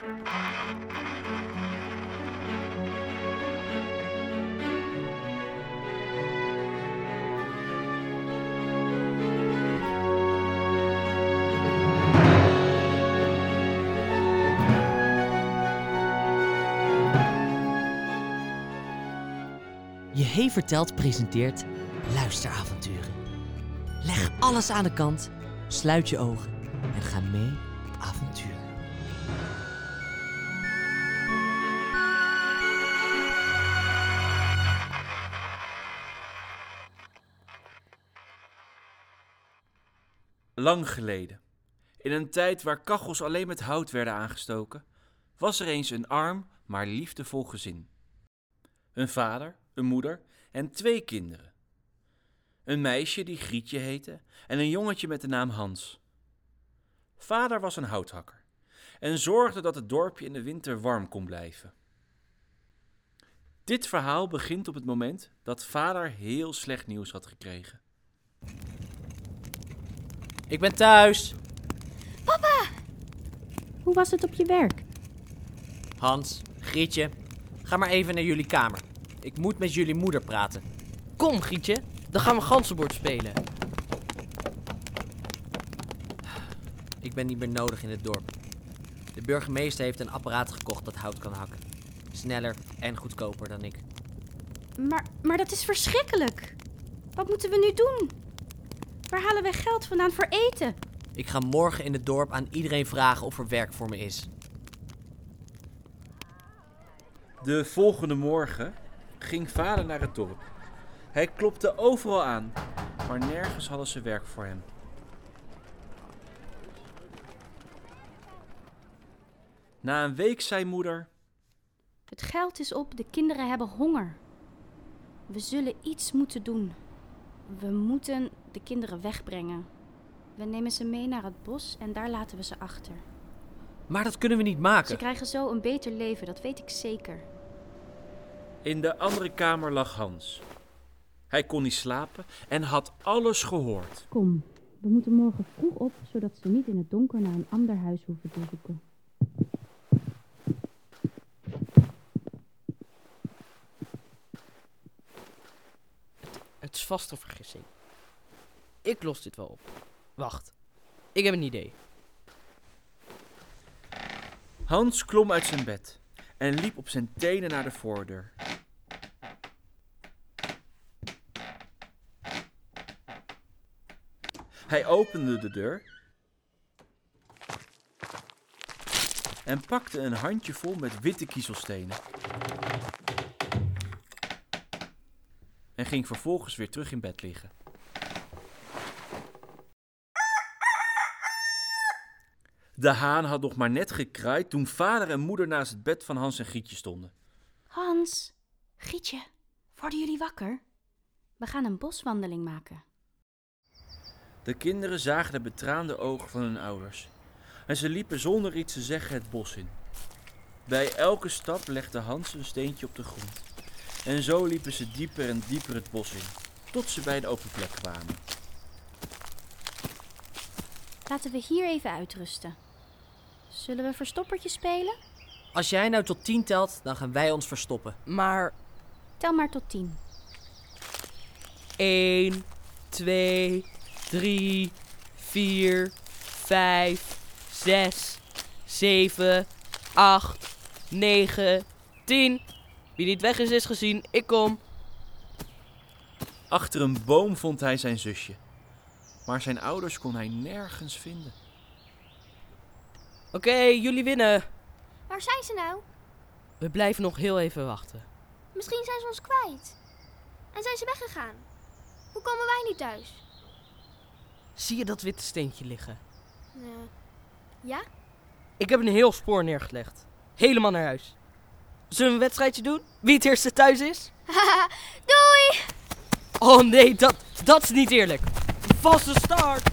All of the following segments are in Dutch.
Je Vertelt presenteert luisteravonturen. Leg alles aan de kant, sluit je ogen en ga mee op avontuur. Lang geleden, in een tijd waar kachels alleen met hout werden aangestoken, was er eens een arm, maar liefdevol gezin. Een vader, een moeder en 2 kinderen. Een meisje die Grietje heette en een jongetje met de naam Hans. Vader was een houthakker en zorgde dat het dorpje in de winter warm kon blijven. Dit verhaal begint op het moment dat vader heel slecht nieuws had gekregen. Ik ben thuis. Papa! Hoe was het op je werk? Hans, Grietje, ga maar even naar jullie kamer. Ik moet met jullie moeder praten. Kom, Grietje, dan gaan we ganzenbord spelen. Ik ben niet meer nodig in het dorp. De burgemeester heeft een apparaat gekocht dat hout kan hakken. Sneller en goedkoper dan ik. Maar dat is verschrikkelijk. Wat moeten we nu doen? Waar halen we geld vandaan voor eten? Ik ga morgen in het dorp aan iedereen vragen of er werk voor me is. De volgende morgen ging vader naar het dorp. Hij klopte overal aan, maar nergens hadden ze werk voor hem. Na een week zei moeder: Het geld is op, de kinderen hebben honger. We zullen iets moeten doen. We moeten de kinderen wegbrengen. We nemen ze mee naar het bos en daar laten we ze achter. Maar dat kunnen we niet maken. Ze krijgen zo een beter leven, dat weet ik zeker. In de andere kamer lag Hans. Hij kon niet slapen en had alles gehoord. Kom, we moeten morgen vroeg op, zodat ze niet in het donker naar een ander huis hoeven te zoeken. Het is vast een vergissing. Ik los dit wel op. Wacht, ik heb een idee. Hans klom uit zijn bed en liep op zijn tenen naar de voordeur. Hij opende de deur en pakte een handjevol met witte kiezelstenen. En ging vervolgens weer terug in bed liggen. De haan had nog maar net gekraaid toen vader en moeder naast het bed van Hans en Grietje stonden. Hans, Grietje, worden jullie wakker? We gaan een boswandeling maken. De kinderen zagen de betraande ogen van hun ouders. En ze liepen zonder iets te zeggen het bos in. Bij elke stap legde Hans een steentje op de grond. En zo liepen ze dieper en dieper het bos in, tot ze bij de open plek kwamen. Laten we hier even uitrusten. Zullen we verstoppertje spelen? Als jij nou tot 10 telt, dan gaan wij ons verstoppen. Maar Tel maar tot 10. 1, 2, 3, 4, 5, 6, 7, 8, 9, 10. Wie niet weg is gezien. Ik kom. Achter een boom vond hij zijn zusje. Maar zijn ouders kon hij nergens vinden. Oké, jullie winnen. Waar zijn ze nou? We blijven nog heel even wachten. Misschien zijn ze ons kwijt. En zijn ze weggegaan. Hoe komen wij niet thuis? Zie je dat witte steentje liggen? Ja? Ik heb een heel spoor neergelegd. Helemaal naar huis. Zullen we een wedstrijdje doen? Wie het eerste thuis is? Haha, doei! Oh nee, dat is niet eerlijk. Vaste start!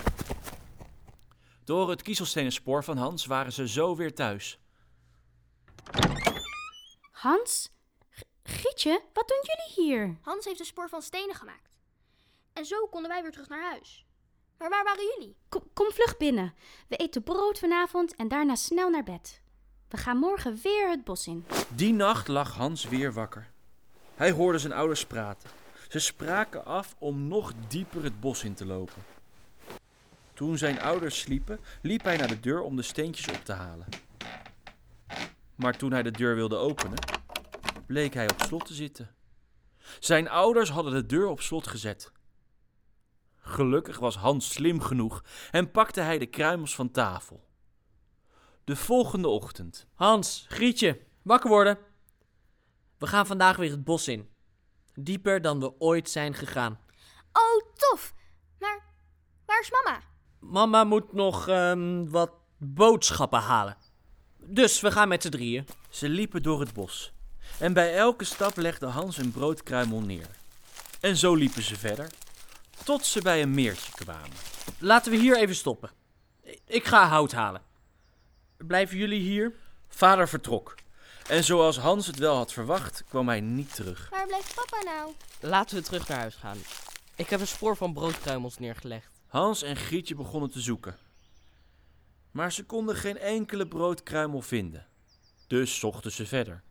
Door het kiezelstenen spoor van Hans waren ze zo weer thuis. Hans? Grietje, wat doen jullie hier? Hans heeft een spoor van stenen gemaakt. En zo konden wij weer terug naar huis. Maar waar waren jullie? Kom vlug binnen. We eten brood vanavond en daarna snel naar bed. We gaan morgen weer het bos in. Die nacht lag Hans weer wakker. Hij hoorde zijn ouders praten. Ze spraken af om nog dieper het bos in te lopen. Toen zijn ouders sliepen, liep hij naar de deur om de steentjes op te halen. Maar toen hij de deur wilde openen, bleek hij op slot te zitten. Zijn ouders hadden de deur op slot gezet. Gelukkig was Hans slim genoeg en pakte hij de kruimels van tafel. De volgende ochtend. Hans, Grietje, wakker worden. We gaan vandaag weer het bos in. Dieper dan we ooit zijn gegaan. Oh, tof. Maar waar is mama? Mama moet nog wat boodschappen halen. Dus we gaan met z'n drieën. Ze liepen door het bos. En bij elke stap legde Hans een broodkruimel neer. En zo liepen ze verder, tot ze bij een meertje kwamen. Laten we hier even stoppen. Ik ga hout halen. Blijven jullie hier? Vader vertrok. En zoals Hans het wel had verwacht, kwam hij niet terug. Waar blijft papa nou? Laten we terug naar huis gaan. Ik heb een spoor van broodkruimels neergelegd. Hans en Grietje begonnen te zoeken. Maar ze konden geen enkele broodkruimel vinden. Dus zochten ze verder.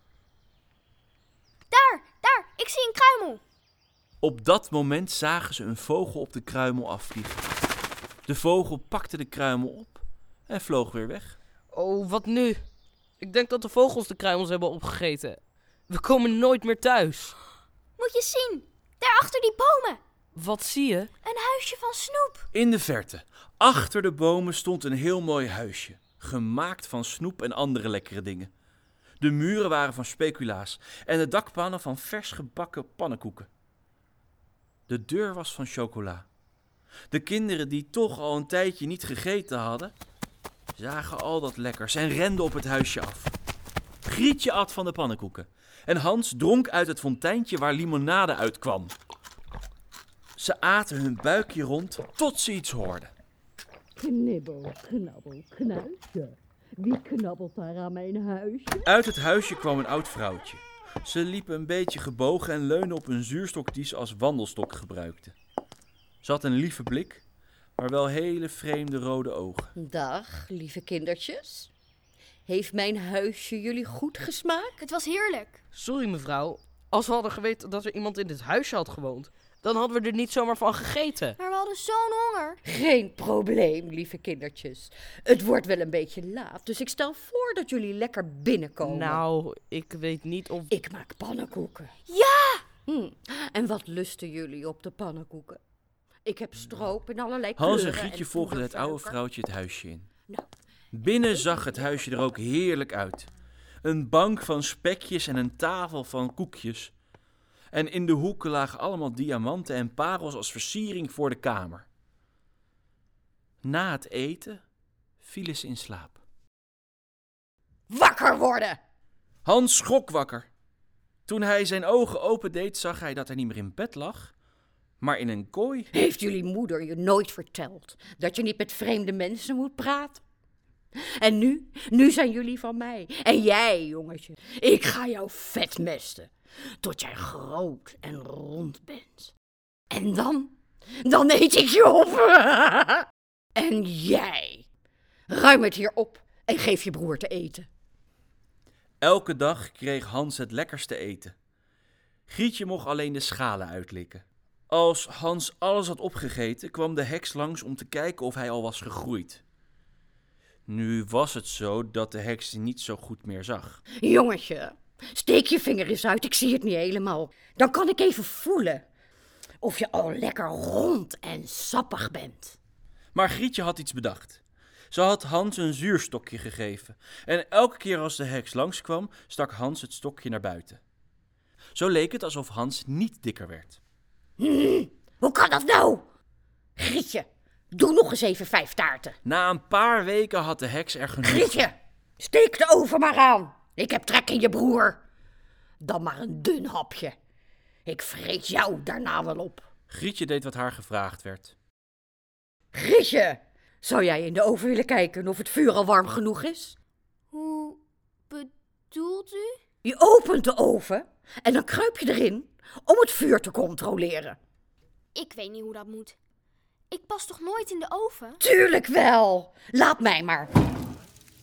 Daar, ik zie een kruimel. Op dat moment zagen ze een vogel op de kruimel afvliegen. De vogel pakte de kruimel op en vloog weer weg. Oh, wat nu? Ik denk dat de vogels de kruimels hebben opgegeten. We komen nooit meer thuis. Moet je zien, daar achter die bomen. Wat zie je? Een huisje van snoep. In de verte, achter de bomen, stond een heel mooi huisje. Gemaakt van snoep en andere lekkere dingen. De muren waren van speculaas en de dakpannen van vers gebakken pannenkoeken. De deur was van chocola. De kinderen die toch al een tijdje niet gegeten hadden, zagen al dat lekkers en renden op het huisje af. Grietje at van de pannenkoeken en Hans dronk uit het fonteintje waar limonade uitkwam. Ze aten hun buikje rond tot ze iets hoorden. Knibbel, knabbel, knuisje. Wie knabbelt daar aan mijn huisje? Uit het huisje kwam een oud vrouwtje. Ze liep een beetje gebogen en leunde op een zuurstok die ze als wandelstok gebruikte. Ze had een lieve blik, maar wel hele vreemde rode ogen. Dag, lieve kindertjes. Heeft mijn huisje jullie goed gesmaakt? Het was heerlijk. Sorry mevrouw, als we hadden geweten dat er iemand in dit huisje had gewoond, dan hadden we er niet zomaar van gegeten. Maar we hadden zo'n honger. Geen probleem, lieve kindertjes. Het wordt wel een beetje laat, dus ik stel voor dat jullie lekker binnenkomen. Nou, ik weet niet of... Ik maak pannenkoeken. Ja! En wat lusten jullie op de pannenkoeken? Ik heb stroop in allerlei Hans kleuren. en Grietje volgden het oude vrouwtje het huisje in. Nou. Binnen zag het huisje er ook heerlijk uit. Een bank van spekjes en een tafel van koekjes. En in de hoeken lagen allemaal diamanten en parels als versiering voor de kamer. Na het eten vielen ze in slaap. Wakker worden! Hans schrok wakker. Toen hij zijn ogen opendeed, zag hij dat hij niet meer in bed lag, maar in een kooi. Heeft jullie moeder je nooit verteld dat je niet met vreemde mensen moet praten? En nu zijn jullie van mij. En jij, jongetje, ik ga jou vetmesten, tot jij groot en rond bent. En dan eet ik je op. En jij, ruim het hier op en geef je broer te eten. Elke dag kreeg Hans het lekkerste eten. Grietje mocht alleen de schalen uitlikken. Als Hans alles had opgegeten, kwam de heks langs om te kijken of hij al was gegroeid. Nu was het zo dat de heks niet zo goed meer zag. Jongetje, steek je vinger eens uit, ik zie het niet helemaal. Dan kan ik even voelen of je al lekker rond en sappig bent. Maar Grietje had iets bedacht. Ze had Hans een zuurstokje gegeven. En elke keer als de heks langskwam, stak Hans het stokje naar buiten. Zo leek het alsof Hans niet dikker werd. Hoe kan dat nou? Grietje, doe nog eens even 5 taarten. Na een paar weken had de heks er genoeg. Grietje, steek de oven maar aan. Ik heb trek in je broer. Dan maar een dun hapje. Ik vreet jou daarna wel op. Grietje deed wat haar gevraagd werd. Grietje, zou jij in de oven willen kijken of het vuur al warm genoeg is? Hoe bedoelt u? Je opent de oven en dan kruip je erin om het vuur te controleren. Ik weet niet hoe dat moet. Ik pas toch nooit in de oven? Tuurlijk wel. Laat mij maar.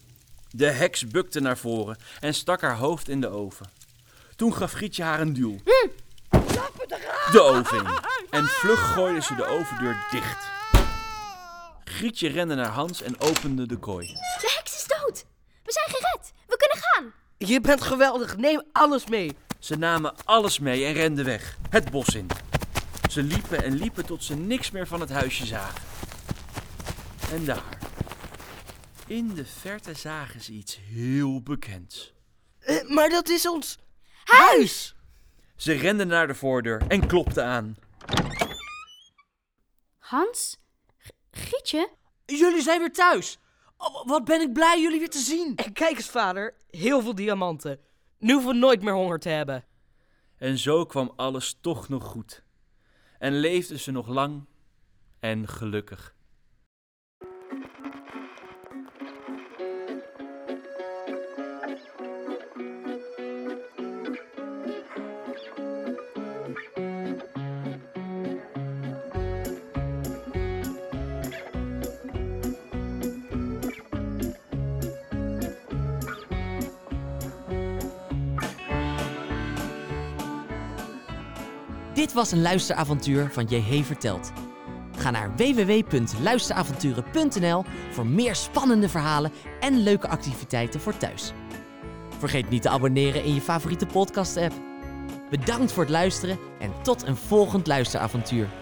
De heks bukte naar voren en stak haar hoofd in de oven. Toen gaf Grietje haar een duw. De oven in. En vlug gooide ze de ovendeur dicht. Grietje rende naar Hans en opende de kooi. De heks is dood. We zijn gered. We kunnen gaan. Je bent geweldig, neem alles mee. Ze namen alles mee en renden weg, het bos in. Ze liepen en liepen tot ze niks meer van het huisje zagen. En daar, in de verte zagen ze iets heel bekends. Maar dat is ons huis! Ze renden naar de voordeur en klopten aan. Hans? Grietje? Jullie zijn weer thuis. Oh, wat ben ik blij jullie weer te zien. En kijk eens, vader, heel veel diamanten. Nu hoeven we nooit meer honger te hebben. En zo kwam alles toch nog goed. En leefden ze nog lang en gelukkig. Dit was een luisteravontuur van JH Vertelt. Ga naar www.luisteravonturen.nl voor meer spannende verhalen en leuke activiteiten voor thuis. Vergeet niet te abonneren in je favoriete podcast-app. Bedankt voor het luisteren en tot een volgend luisteravontuur.